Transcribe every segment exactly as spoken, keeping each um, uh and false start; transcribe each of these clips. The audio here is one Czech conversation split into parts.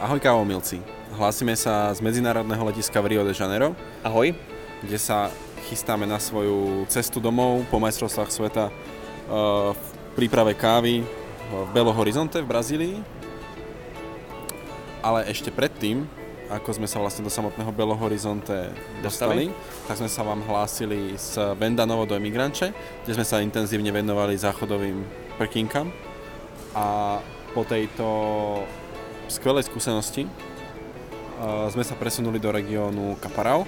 Ahoj kávomilci, hlásime sa z medzinárodného letiska v Rio de Janeiro. Ahoj. Kde sa chystáme na svoju cestu domov po majstrovstvách sveta uh, v príprave kávy v Belo Horizonte v Brazílii. Ale ešte predtým, ako sme sa vlastne do samotného Belo Horizonte dostali, dostali, tak sme sa vám hlásili z Venda Novo do Emigranče, kde sme sa intenzívne venovali záchodovým prkinkám. A po tejto skvelej skúsenosti uh, sme sa presunuli do regiónu Caparao.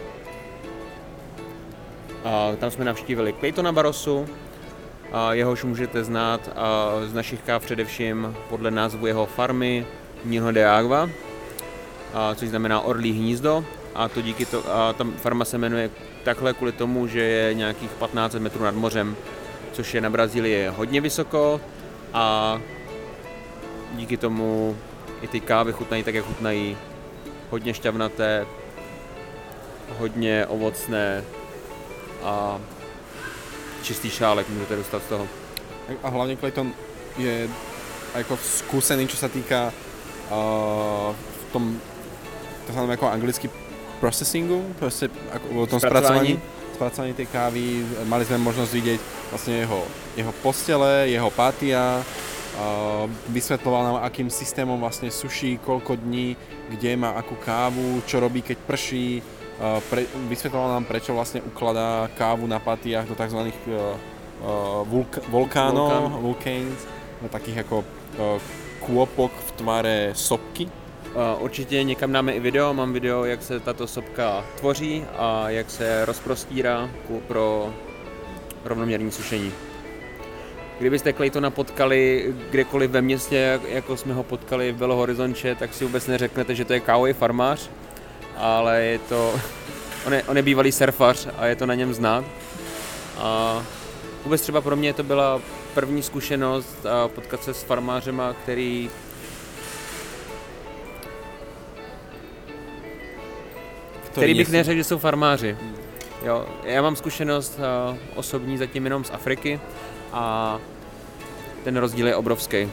Uh, tam jsme navštívili Claytona Barrosu, uh, jehož můžete znát uh, z našich káv především podle názvu jeho farmy Ninho de Agua, uh, což znamená Orlí hnízdo. A to díky to, uh, ta farma se jmenuje takhle kvůli tomu, že je nějakých patnáct set metrů nad mořem, což je na Brazílii hodně vysoko a díky tomu i ty kávy chutnají tak, jak chutnají. Hodně šťavnaté, hodně ovocné a čistý šálek můžete dostat z toho. A hlavne Clayton je ako skúsený, čo sa týka uh, v tom, to sa ako anglicky processingu, proste ako o tom spracovaní, spracovaní tej kávy. Mali sme možnosť vidieť vlastne jeho, jeho postele, jeho pátia. Uh, vysvetloval nám, akým systémom vlastne suší, koľko dní, kde má akú kávu, čo robí, keď prší. Uh, pre, vysvetloval nám, prečo vlastne ukladá kávu na patiách do tzv. Uh, uh, vulk- vulkánov, vulcans, na takých ako uh, kôpok v tvare sopky. Uh, určitě někam dáme i video, mám video, jak se tato sopka tvoří a jak se rozprostírá pro rovnoměrné sušení. Kdybyste Claytona potkali kdekoliv ve městě, jako jsme ho potkali v Belo Horizonte, tak si vůbec neřeknete, že to je kávový farmář, ale je to, on je, on je bývalý surfař a je to na něm znát. A vůbec třeba pro mě to byla první zkušenost potkat se s farmářema, který který bych neřekl, že jsou farmáři. Jo, já mám zkušenost uh, osobní zatím jenom z Afriky a ten rozdíl je obrovský.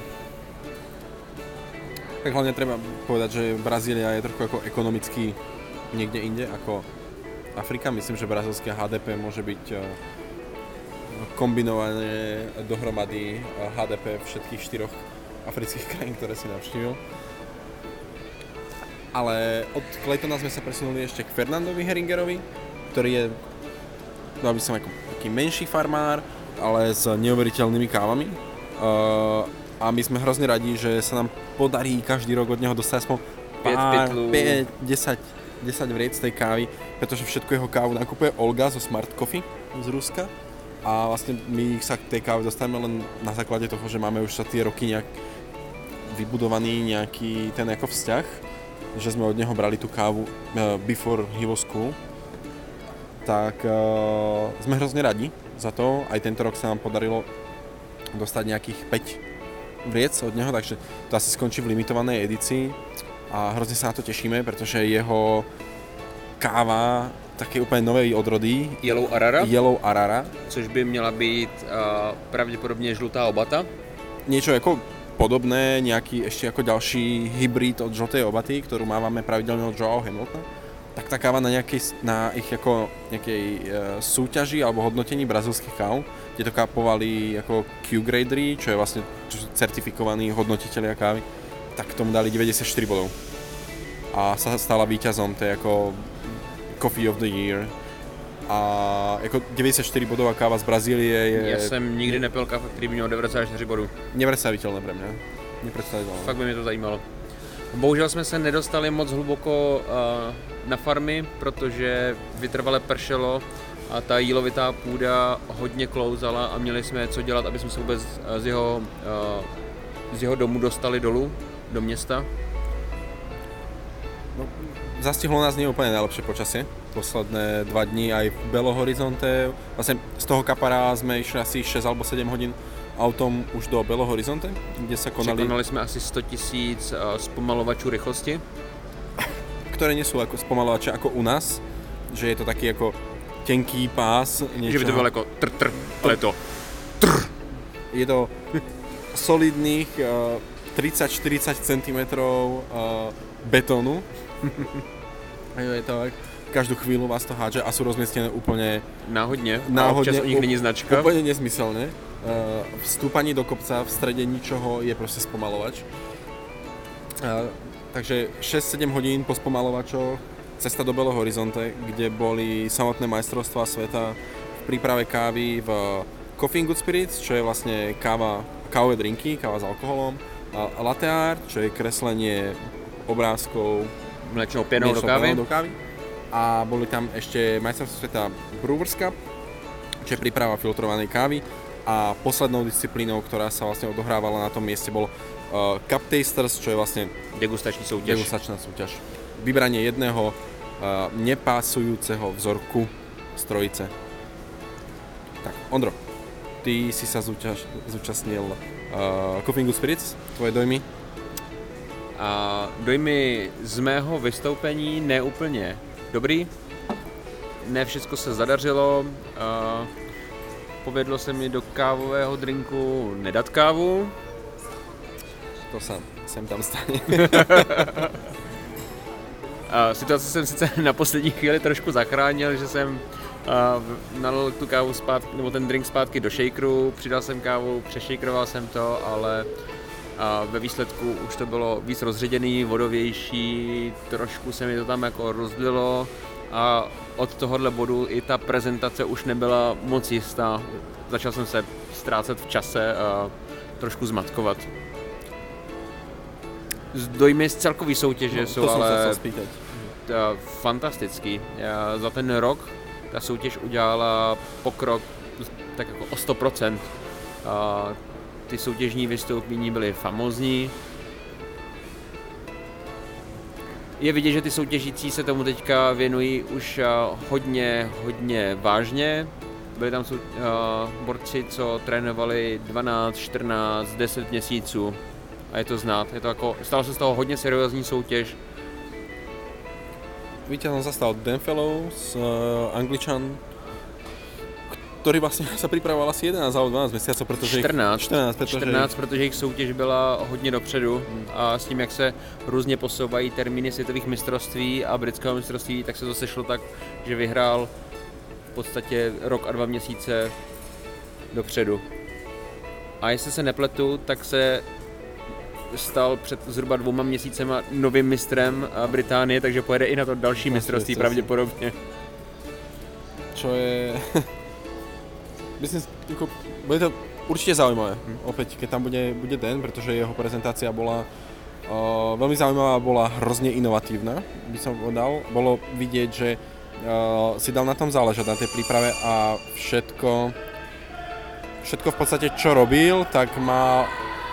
Tak hlavne treba povedať, že Brazília je trochu ako ekonomicky niekde inde ako Afrika. Myslím, že brazílske há dé pé môže byť uh, kombinované dohromady uh, há dé pé všetkých štyroch afrických krajín, ktoré si navštívil. Ale od Claytona sme sa presunuli ešte k Fernandovi Heringerovi, ktorý je, dal by som ako taký menší farmár, ale s neuveriteľnými kávami. Uh, a my sme hrozne radi, že sa nám podarí každý rok od neho dostať aspoň pár, päť, desať, desať vriec tej kávy, pretože všetku jeho kávu nakupuje Olga zo Smart Coffee z Ruska. A vlastne my sa k tej káve dostaneme len na základe toho, že máme už za tie roky nejak vybudovaný nejaký ten ako vzťah, že sme od neho brali tú kávu uh, before he was cool, tak uh, sme hrozne radi za to. Aj tento rok sa nám podarilo dostať nejakých päť vriec od neho, takže to asi skončí v limitovanej edícii a hrozne sa na to tešíme, pretože jeho káva také úplne novej odrody Yellow Arara, Yellow Arara, což by měla být uh, pravděpodobně žlutá obata. Niečo ako podobné, nejaký ešte ako ďalší hybrid od žltej obaty, ktorú mávame pravidelne od Joao Hamiltona, tak tá káva na, nejakej, na ich ako nejakej e, súťaži alebo hodnotení brazílskych káv, kde to kápovali ako Q-gradery, čo je vlastne čo sú certifikovaní hodnotitelia kávy, tak tomu dali deväťdesiatštyri bodov. A sa stala víťazom, to je ako Coffee of the Year. A jako deväťdesiatštyri bodová káva z Brazílie je... Já jsem nikdy nepil kávu, který by měl devadesát čtyři bodů. Nepredstaviteľné pre mňa. Nepredstaviteľné. Fakt by mě to zajímalo. Bohužel jsme se nedostali moc hluboko uh, na farmy, protože vytrvale pršelo a ta jílovitá půda hodně klouzala a měli jsme co dělat, aby jsme se vůbec z jeho, uh, z jeho domu dostali dolů, do města. No, zastihlo nás nie úplne najlepšie počasie. Posledné dva dní aj v Belo Horizonte. Vlastne z toho Capará sme išli asi šesť alebo sedem hodín autom už do Belo Horizonte, kde sa konali... Překonali jsme asi sto tisíc uh, zpomalovačů rychlosti. Ktoré nie sú ako spomalovače ako u nás, že je to taký ako tenký pás. Niečo. Že by to bylo jako tr tr, ale to tr. Je to solidných uh, tridsať štyridsať centimetrov uh, betónu. Je to tak. Každú chvíľu vás to hádže a sú rozmiestnené úplne náhodne, náhodne a občas u nich není značka. Úplne nesmyselne. Uh, v stúpaní do kopca v strede ničoho je proste spomalovač. Uh, takže šesť sedem hodín po spomalovačoch cesta do Belo Horizonte, kde boli samotné majstrovstvá sveta v príprave kávy v Coffee and Good Spirits, čo je vlastne káva, kávové drinky, káva s alkoholom, a latte art, čo je kreslenie obrázkov mlečnou pienou do kávy. do kávy. A boli tam ešte majstrovstvá sveta Brewers Cup, čo je príprava filtrovanej kávy. A poslednou disciplínou, ktorá sa vlastne odohrávala na tom mieste, bol uh, Cup Tasters, čo je vlastne degustačný súťaž. degustačná súťaž. Vybranie jedného uh, nepásujúceho vzorku z trojice. Tak, Ondro, ty si sa zúťaž, zúčastnil uh, Coffee and Good Spirits, tvoje dojmy? A dojmy z mého vystoupení neúplně dobrý. Ne všechno se zadařilo. A povedlo se mi do kávového drinku nedat kávu. To sa sem tam stane. A situaci jsem sice na poslední chvíli trošku zachránil, že jsem nalil tu kávu zpátky, nebo ten drink zpátky do shakeru, přidal jsem kávu, přešejkroval jsem to, ale a ve výsledku už to bylo víc rozředěný, vodovější, trošku se mi to tam jako rozlilo a od tohohle bodu i ta prezentace už nebyla moc jistá. Začal jsem se ztrácet v čase a trošku zmatkovat. Dojmy z celkový soutěže no, jsou ale ta, fantastický. Já za ten rok ta soutěž udělala pokrok tak jako o sto procent. A ty soutěžní vystoupení byly famózní. Je vidět, že ty soutěžící se tomu teďka věnují už hodně, hodně vážně. Byli tam borci, co trénovali dvanáct, čtrnáct, deset měsíců a je to znát. Je to jako, stalo se z toho hodně seriózní soutěž. Víťazom sa stal Dan Fellows, uh, Angličan, ktorý vlastne sa pripravoval asi jedenásť alebo dvanásť mesiacov, pretože čtrnáct, ich, čtrnáct, pretože čtrnáct, protože jejich soutěž byla hodně dopředu hmm. a s tím, jak se různě posouvají termíny světových mistrovství a britského mistrovství, tak se to sešlo tak, že vyhrál v podstatě rok a dva měsíce dopředu. A jestli se nepletu, tak se stal před zhruba dvouma měsícema novým mistrem Británie, takže pojede i na to další mistrovství pravděpodobně. Čo je... Myslím, ako, bude to určite zaujímavé, hm. opäť, keď tam bude, bude Dan, pretože jeho prezentácia bola uh, veľmi zaujímavá, bola hrozne inovatívna, by som povedal. Bolo vidieť, že uh, si dal na tom záležať, na tej príprave a všetko, všetko v podstate, čo robil, tak mal,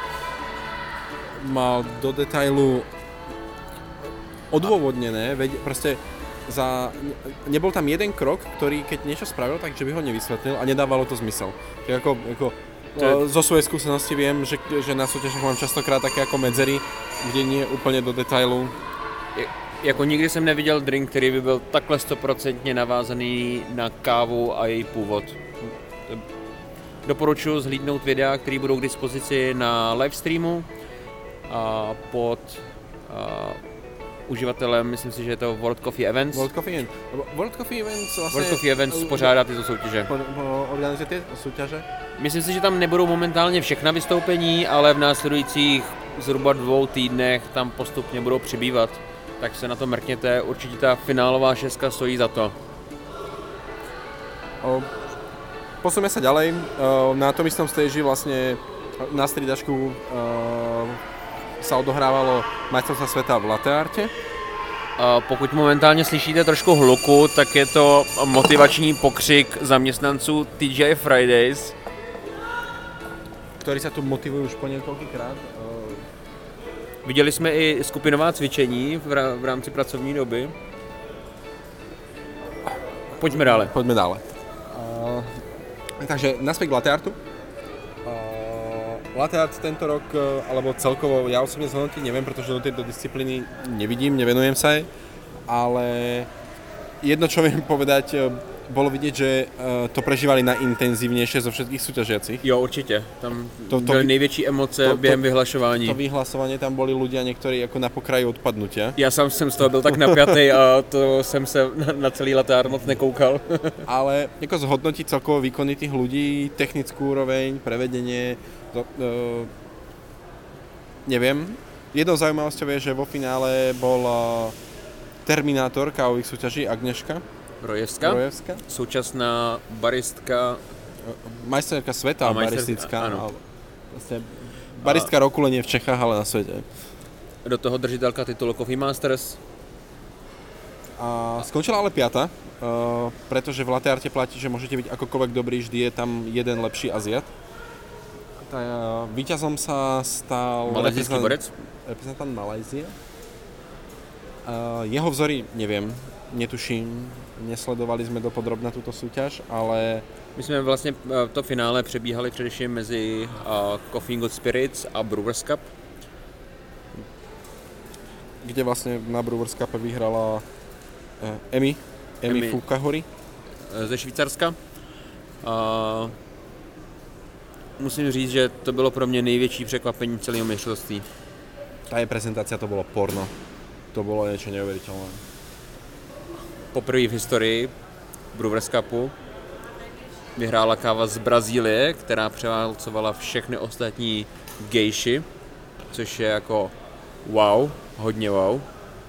mal do detailu odôvodnené, veď proste za, nebol tam jeden krok, ktorý keď niečo spravil, takže by ho nevysvetlil a nedávalo to zmysel. Tak ako, ako je... zo svojej skúsenosti viem, že, že na súťažách mám častokrát také ako medzery, kde nie úplne do detailu. Je, jako nikdy jsem neviděl drink, který by byl takhle stoprocentně navázaný na kávu a její původ. Doporučuji zhlídnout videa, které budou k dispozici na livestreamu a pod a, uživatelem, myslím si, že je to World Coffee Events. World Coffee Events. World Coffee Events vlastně... World Coffee Events pořádá tyto soutěže. Po, po, organizuje ty soutěže? Myslím si, že tam nebudou momentálně všechna vystoupení, ale v následujících zhruba dvou týdnech tam postupně budou přibývat. Tak se na to mrkněte, určitě ta finálová šestka stojí za to. O, posunieme sa ďalej. O, na tom istom stage vlastne na striedačku o, sa odohrávalo majstrovstvá sveta v latte arte. Pokud momentálně slyšíte trošku hluku, tak je to motivační pokřik zaměstnanců T G I Fridays, ktorí sa tu motivujú už po niekoľkýkrát. Viděli jsme i skupinová cvičení v rámci pracovní doby. Pojďme dále. Pojďme dále. Uh, takže naspäť k latte artu. Latte art tento rok, alebo celkovo, ja osobne zhodnotiť neviem, pretože do tejto disciplíny nevidím, nevenujem sa jej, ale jedno, čo viem povedať, bolo vidieť, že uh, to prežívali najintenzívnejšie zo všetkých súťažiacich. Jo, určitě. Tam To- to byly vy- největší emoce to- to- během vyhlašování. To vyhlasovanie, tam boli ľudia niektorí ako na pokraji odpadnutia. Já sám jsem z toho byl tak napjatý a to jsem se na, na celý latár moc nekoukal. Ale ako zhodnotiť celkovo výkony tých ľudí, technickú úroveň, prevedenie, to, uh, neviem. Jednou zaujímavosťou je, že vo finále bol uh, terminátor kávových súťaží Agnieszka Rojevska, Rojevska, současná baristka, majsterka sveta, A majster- baristická. áno. ale Vlastne baristka roku len nie v Čechách, ale na svete. do toho držitelka titulu Coffee Masters. A skončila ale piata, uh, pretože v latte arte platí, že môžete byť akokoľvek dobrý, vždy je tam jeden lepší Aziat. Tá, uh, víťazom sa stal Malajzijský borec. reprezentant Malajzie. Uh, jeho vzory neviem, netuším, nesledovali sme dopodrobna túto súťaž, ale My jsme vlastně eh, to finále přebíhali především mezi uh, Coffee Good Spirits a Brewers Cup. kde vlastne na Brewers Cup vyhrala uh, Emi, Emi Emi. Fukahory. eh, ze Švýcarska. A musím říct, že to bylo pro mě největší překvapení celého mistrovství. Tá je prezentácia, to bolo porno. To bolo niečo neuveriteľné. Poprvé v historii Brewers Cupu vyhrála káva z Brazílie, která převálcovala všechny ostatní gejši, což je jako wow, hodně wow.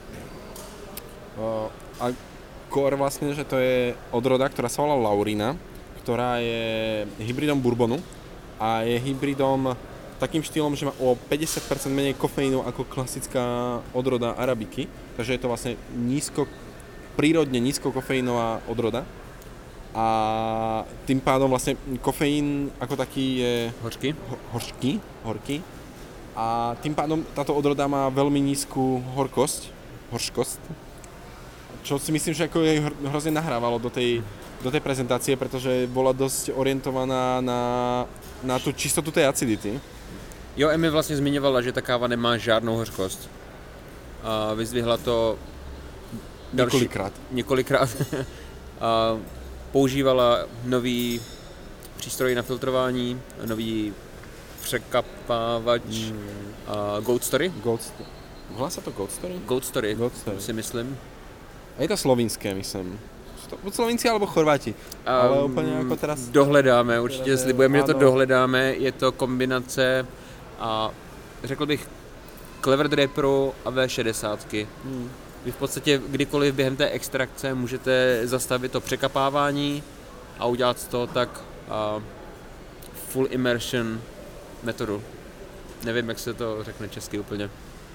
Uh, a core vlastne, že to je odroda, ktorá sa volá Laurina, ktorá je hybridom bourbonu a je hybridom takým štýlom, že má o päťdesiat percent menej kofeínu ako klasická odroda arabiky, takže je to vlastne nízko, prírodne nízkokofeínová odroda a tým pádom vlastne kofeín ako taký je Hořky. ho- hořký, horký a tým pádom táto odroda má veľmi nízku horkosť, horškosť, čo si myslím, že ako jej hro- hrozne nahrávalo do tej, do tej prezentácie, pretože bola dosť orientovaná na, na tú čistotu tej acidity. Jo, Emi vlastně zmiňovala, že ta káva nemá žádnou hořkost. A vyzdvihla to další- Několikrát. Několikrát. A používala nový přístroj na filtrování, nový překapávač Mm. a Goat Story. Goat, volá sa to Goat Story? Goat Story, Goat Story. si myslím. A je to slovinské, myslím. Sú to buď Slovinci alebo Chorváti. Ale úplně jako teraz... Dohledáme, určitě Teda, slibujeme, že to ano. dohledáme. Je to kombinace a řekl bych Clever Draperu a V šedesát. Hmm. Vy v podstatě kdykoliv během té extrakce můžete zastavit to překapávání a udělat z toho tak uh, full immersion metodu. Nevím, jak se to řekne česky úplně.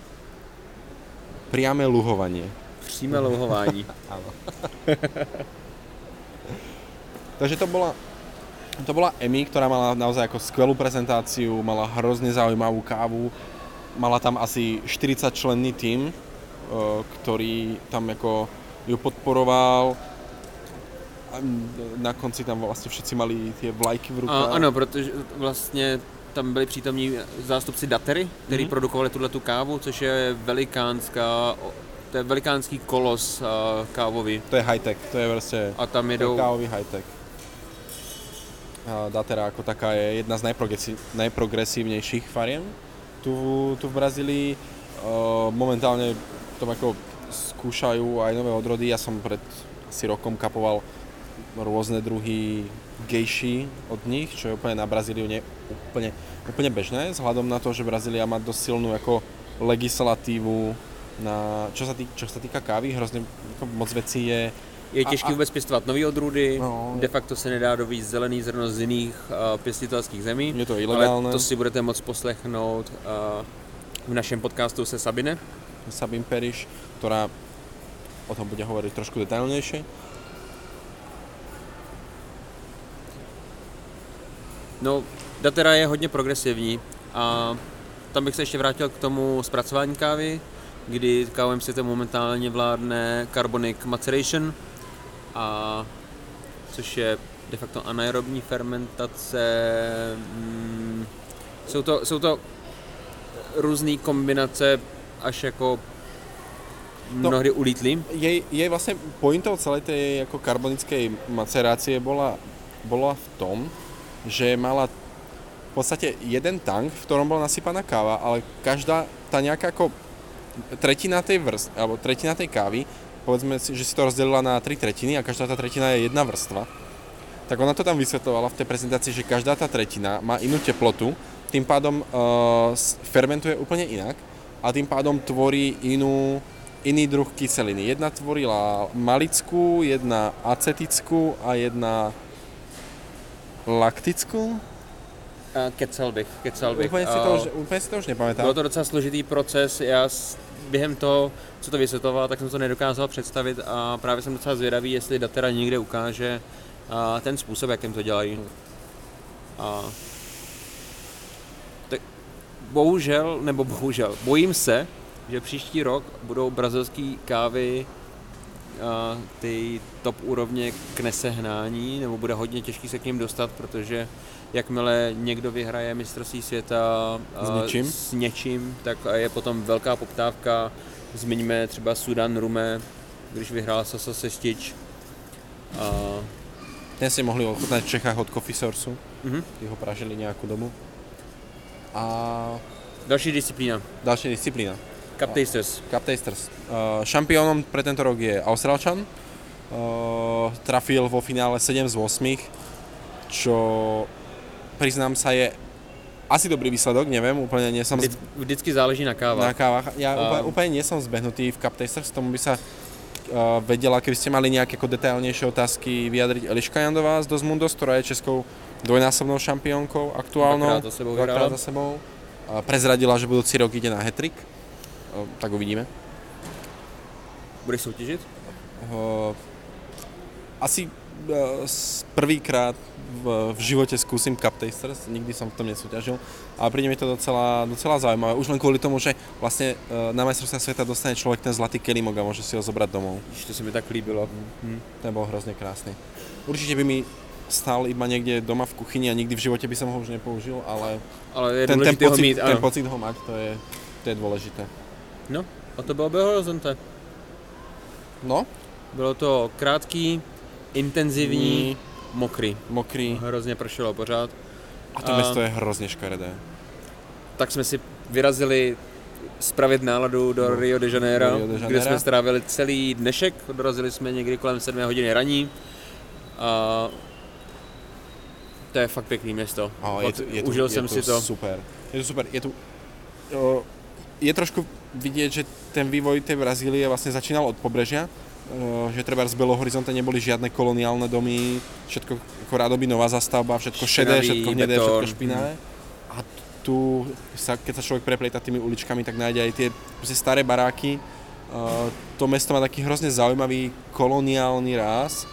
Priame luhovanie. Přímé louhování. Áno. Takže to bola, to bola Emi, ktorá mala naozaj ako skvelú prezentáciu, mala hrozne zaujímavú kávu, mala tam asi štyridsaťčlenný tím, eh, ktorý tam ako ju podporoval. A na konci tam vlastne všetci mali tie vlajky v A, rukách. ano, protože vlastně tam byli přítomní zástupci Datery, kteří Mhm. produkovali tuhletu kávu, což je velikánská, to je velikánský kolos uh, kávový. To je high-tech, to je vlastne A tam to je jedou, kávový high-tech. A Datera ako taká je jedna z najprogresi- najprogresívnejších fariem tu, tu v Brazílii. Uh, momentálne tam ako skúšajú aj nové odrody. Ja som pred asi rokom kapoval rôzne druhy gejší od nich, čo je úplne na Brazíliu nie úplne, úplne bežné, vzhľadom na to, že Brazília má dosť silnú ako legislatívu, na, čo, sa tý, čo sa týka kávy, hrozne ako moc vecí je. je a- těžké a- vůbec pěstovat nový odrůdy, No, de facto se nedá dovízt zelený zrno z jiných uh, pěstitelských zemí, Je to ale ilegálne. to si budete moct poslechnout uh, v našem podcastu se Sabine. Sabine Periš, ktorá o tom bude hovoriť trošku detailnejšie. No, Datera je hodně progresivní a tam bych se ještě vrátil k tomu zpracování kávy, kdy kávovým světem momentálně vládne Carbonic Maceration, a což je de facto anaerobní fermentace. Mm, jsou, to, jsou to různé kombinace až jako mnohdy ulítli. Jej, jej vlastne pointou celej tej ako karbonickej macerácie bola, bola v tom, že mala v podstate jeden tank, v ktorom bola nasypaná káva, ale každá tá nejaká ako tretina tej vrst, alebo tretina tej kávy, povedzme si, že si to rozdelila na tri tretiny a každá tá tretina je jedna vrstva, tak ona to tam vysvetľovala v tej prezentácii, že každá tá tretina má inú teplotu, tým pádom uh, fermentuje úplne inak a tým pádom tvorí inú iný druh kyseliny. Jedna tvorila malickú, jedna acetickú a jedna laktickú. Uh, kecal bych, kecal bych. Úplně si, to už, úplně si to už nepamätám. Bylo to docela složitý proces, já s, během toho, co to vysvětloval, tak jsem to nedokázal představit a právě jsem docela zvědavý, jestli Datera někde ukáže uh, ten způsob, jakým to dělají. Uh, tak bohužel, nebo bohužel, bojím se, že příští rok budou brazilské kávy uh, ty top úrovně k nesehnání, nebo bude hodně těžký se k ním dostat, protože jakmile někdo vyhraje mistrovství světa uh, s, něčím? s něčím, tak je potom velká poptávka. Zmiňme třeba Sudan Rume, když vyhrál Sasa Sestič. Uh, Ten si mohli ochutnať v Čechách od Coffee Sourceu, uh-huh. tí ho pražili nejakú dobu. A další disciplína. Dalšia disciplína. Cup Tasters. Cup Tasters. Uh, šampiónom pre tento rok je Austrálčan. Uh, trafil vo finále sedem z osem, čo priznám sa je asi dobrý výsledok, neviem, úplne nie som... Vždy, vždycky záleží na kávach. Na kávach. Ja uh, úplne, úplne nie som zbehnutý v Cup Tasters, tomu by sa uh, vedela, keby ste mali nejaké ako detailnejšie otázky vyjadriť Eliška Jandová z Dosmundos, ktorá je českou dvojnásobnou šampiónkou aktuálnou. Dvakrát za sebou Dvakrát za sebou. Uh, prezradila, že budúci rok ide na hat-trick. Uh, tak uvidíme. Budeš soutěžit? Uh, asi uh, prvýkrát v, v živote skúsim Cup Tasters, nikdy som v tom nesúťažil, ale príde mi to docela, docela zaujímavé, už len kvôli tomu, že vlastne uh, na majstrovstvá sveta dostane človek ten zlatý kelimok a môže si ho zobrať domov. To sa mi tak líbilo. Hm. Ten bol hrozne krásny. Určite by mi stál iba niekde doma v kuchyni a nikdy v živote by som ho už nepoužil, ale, ale je ten, ten, pocit, ho mít, ten pocit ho mať, to je, to je dôležité. No, a to bylo Belo Horizonte. No? Bylo to krátký, intenzivní, mm. mokrý. Mokrý. Hrozně pršelo pořád. A to a mesto je hrozně škaredé. Tak jsme si vyrazili spravit náladu do, no. Rio de Janeiro, do Rio de Janeiro, kde jsme strávili celý dnešek. Dorazili jsme někdy kolem sedmé hodiny raní. A to je fakt pěkný město. A je to, je to, Užil je jsem to si to. Super. Je to super. Je tu... O, je trošku vidieť, že ten vývoj tej Brazílie vlastne začínal od pobrežia, že treba z Belo Horizonte neboli žiadne koloniálne domy, všetko ako rádoby nová zastavba, všetko šedé, všetko hnedé, všetko špinavé. A tu, sa, keď sa človek preplieta tými uličkami, tak nájde aj tie staré baráky. To mesto má taký hrozne zaujímavý koloniálny ráz.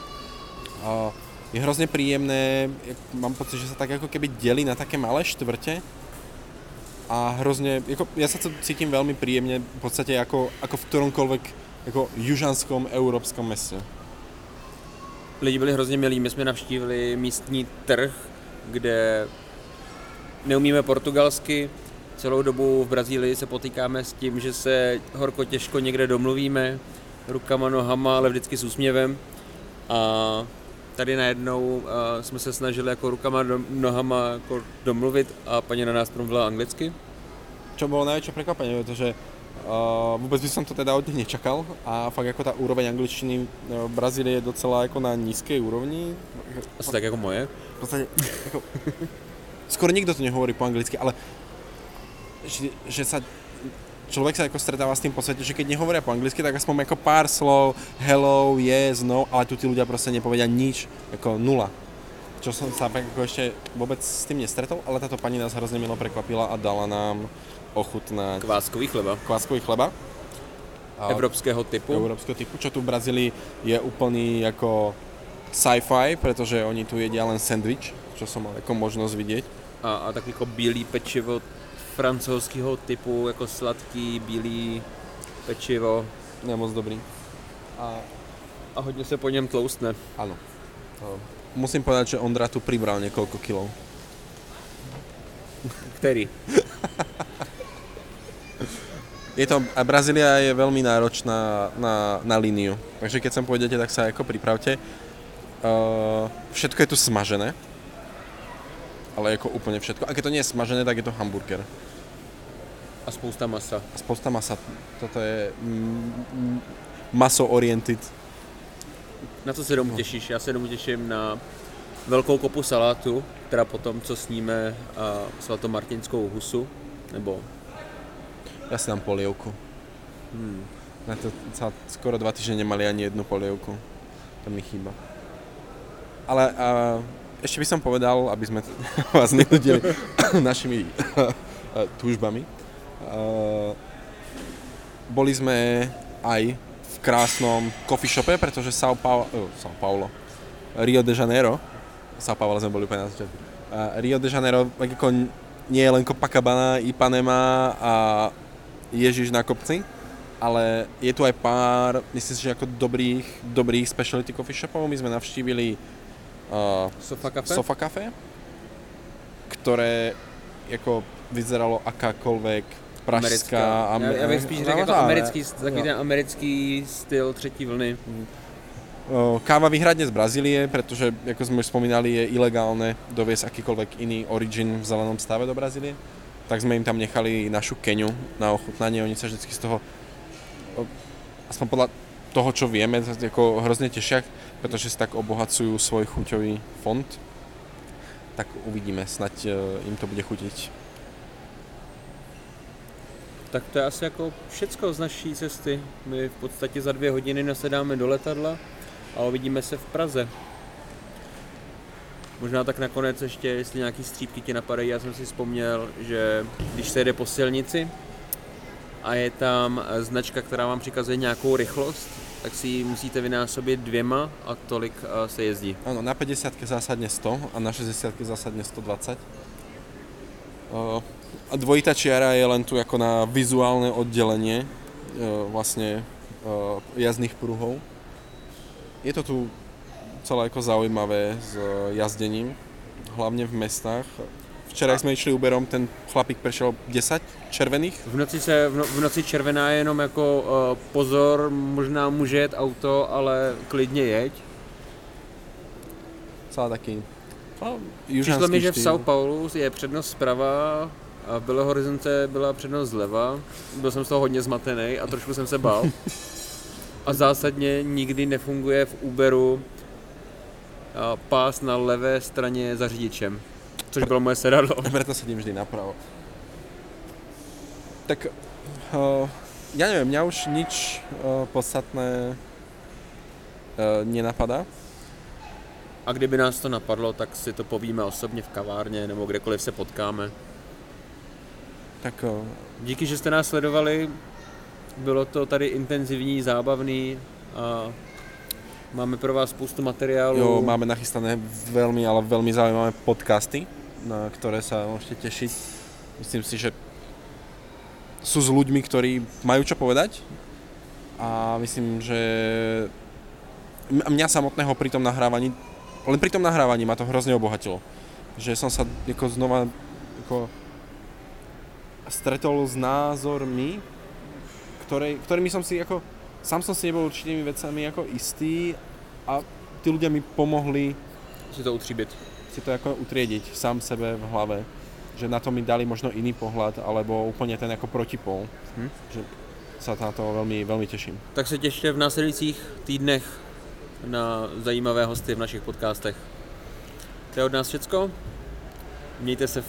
Je hrozne príjemné, mám pocit, že sa tak ako keby delí na také malé štvrte. A hrozne, ako, ja sa cítim veľmi príjemne, v podstate ako, ako v ktoromkoľvek jako južanskom európskom meste. Lidi byli hrozně milí, my jsme navštívili místní trh, kde neumíme portugalsky. Celou dobu v Brazílii se potýkáme s tím, že se horko těžko někde domluvíme, rukama, nohama, ale vždycky s úsměvem. A tady najednou uh, jsme se snažili jako rukama, nohama jako domluvit a paní na nás promluvila anglicky. Čo bolo najväčšie prekvapenie, pretože uh, vôbec by som to teda od nich nečakal a fakt ako tá úroveň angličtiny v Brazílii je docela ako na nízkej úrovni. Asi tak jako moje. V podstate, ako, skoro nikto to nehovorí po anglicky, ale že, že sa človek sa ako stretáva s tým po svete, že keď nehovoria po anglicky, tak aspoň ako pár slov, hello, yes, no, ale tu tí ľudia proste nepovedia nič, ako nula. Čo som sa ako ešte vôbec s tým nestretol, ale táto pani nás hrozne milo prekvapila a dala nám ochutnať kváskový chleba. Kváskový chleba. Evropského typu. Európskeho typu, čo tu v Brazílii je úplný ako sci-fi, pretože oni tu jedia len sandwich, čo som mal ako možnosť vidieť. A, a tak jako bílý pečivo francouzského typu, jako sladký, bílý pečivo. Je moc dobrý. A, a hodně se po něm tloustne. Áno. Musím povedať, že Ondra tu pribral niekoľko kilov. Který? Je to, a Brazília je veľmi náročná na, na líniu, takže keď sem pôjdete, tak sa ako pripravte. Uh, všetko je tu smažené, ale ako úplne všetko. A keď to nie je smažené, tak je to hamburger. A spousta masa. A spousta masa. Toto je mm, maso-oriented. Na co se domů těšíš? Já se domů těším na velkou kopu salátu, která potom, co sníme uh, svatomartinskou husu, nebo... Ja si dám polievku. Hmm. Na to celá, skoro dva týždne nemali ani jednu polievku. To mi chýba. Ale uh, ešte by som povedal, aby sme vás nenudili našimi túžbami. Uh, boli sme aj v krásnom coffee shope, pretože São Paulo, uh, São Paulo, Rio de Janeiro, São Paulo sme boli úplne na začiatku. Uh, Rio de Janeiro ako nie je len Copacabana, Ipanema a Ježiš na kopci, ale je tu aj pár, myslím si, že ako dobrých, dobrých specialty coffee shopov. My sme navštívili uh, Sofa Cafe, Sofa Cafe, ktoré ako vyzeralo akákoľvek pražská... Americká. Já, já bych spíš řekl jako americký, takový ten americký styl třetí vlny. Uh, káva výhradne z Brazílie, pretože, ako sme už spomínali, je ilegálne doviesť akýkoľvek iný origin v zelenom stave do Brazílie. Tak sme im tam nechali našu keňu na ochutnanie. Oni sa vždycky z toho, aspoň podľa toho, čo vieme, ako hrozne tešia, pretože si tak obohacujú svoj chuťový fond. Tak uvidíme, snať im to bude chutiť. Tak to je asi jako všecko z naší cesty. My v podstatě za dvě hodiny nasedáme do letadla a uvidíme se v Praze. Možná tak nakonec ještě, jestli nějaký střípky ti napadají, já jsem si vzpomněl, že když se jede po silnici a je tam značka, která vám přikazuje nějakou rychlost, tak si ji musíte vynásobit dvěma a tolik se jezdí. Áno, na päťdesiatke zásadne sto a na šesťdesiatke zásadne sto dvadsať. Uh, a dvojitá čiara je len tu ako na vizuálne oddelenie uh, vlastne uh, jazdných pruhov. Je to tu celé ako zaujímavé s jazdením, hlavne v mestách. Včera sme išli Uberom, ten chlapík prešiel desať červených. V noci, se, v, no, v noci červená je jenom jako uh, pozor, možná může jet auto, ale klidně jeď. Celá taký no, Přišlo mi, že v São Paulo je přednost zprava a v Belo Horizonte byla přednost zleva. Byl jsem z toho hodně zmatený a trošku jsem se bál. A zásadně nikdy nefunguje v Uberu pás na levé straně za řidičem, což bylo moje sedadlo. Preto sedím vždy napravo. Tak, uh, ja neviem, mňa už nič uh, podstatné uh, nenapadá. A kdyby nás to napadlo, tak si to povíme osobně v kavárně nebo kdekoliv se potkáme. Tak, uh, díky, že jste nás sledovali, bylo to tady intenzivní, zábavný a máme pro vás spoustu materiálu. Jo, máme nachystané veľmi, ale veľmi zaujímavé podcasty, na ktoré sa môžete tešiť. Myslím si, že sú s ľuďmi, ktorí majú čo povedať a myslím, že mňa samotného pri tom nahrávaní, len pri tom nahrávaní ma to hrozne obohatilo. Že som sa ako znova ako stretol s názormi, ktoré, ktorými som si ako sám som si nebol určitými vecami ako istý a tí ľudia mi pomohli si to utříbit. Si to ako utriediť sám sebe v hlave. Že na to mi dali možno iný pohľad alebo úplne ten ako protipol. Hm? Že sa na to veľmi, veľmi teším. Tak se těšte v následujících týdnech na zajímavé hosty v našich podcastech. To je od nás všecko. Mějte se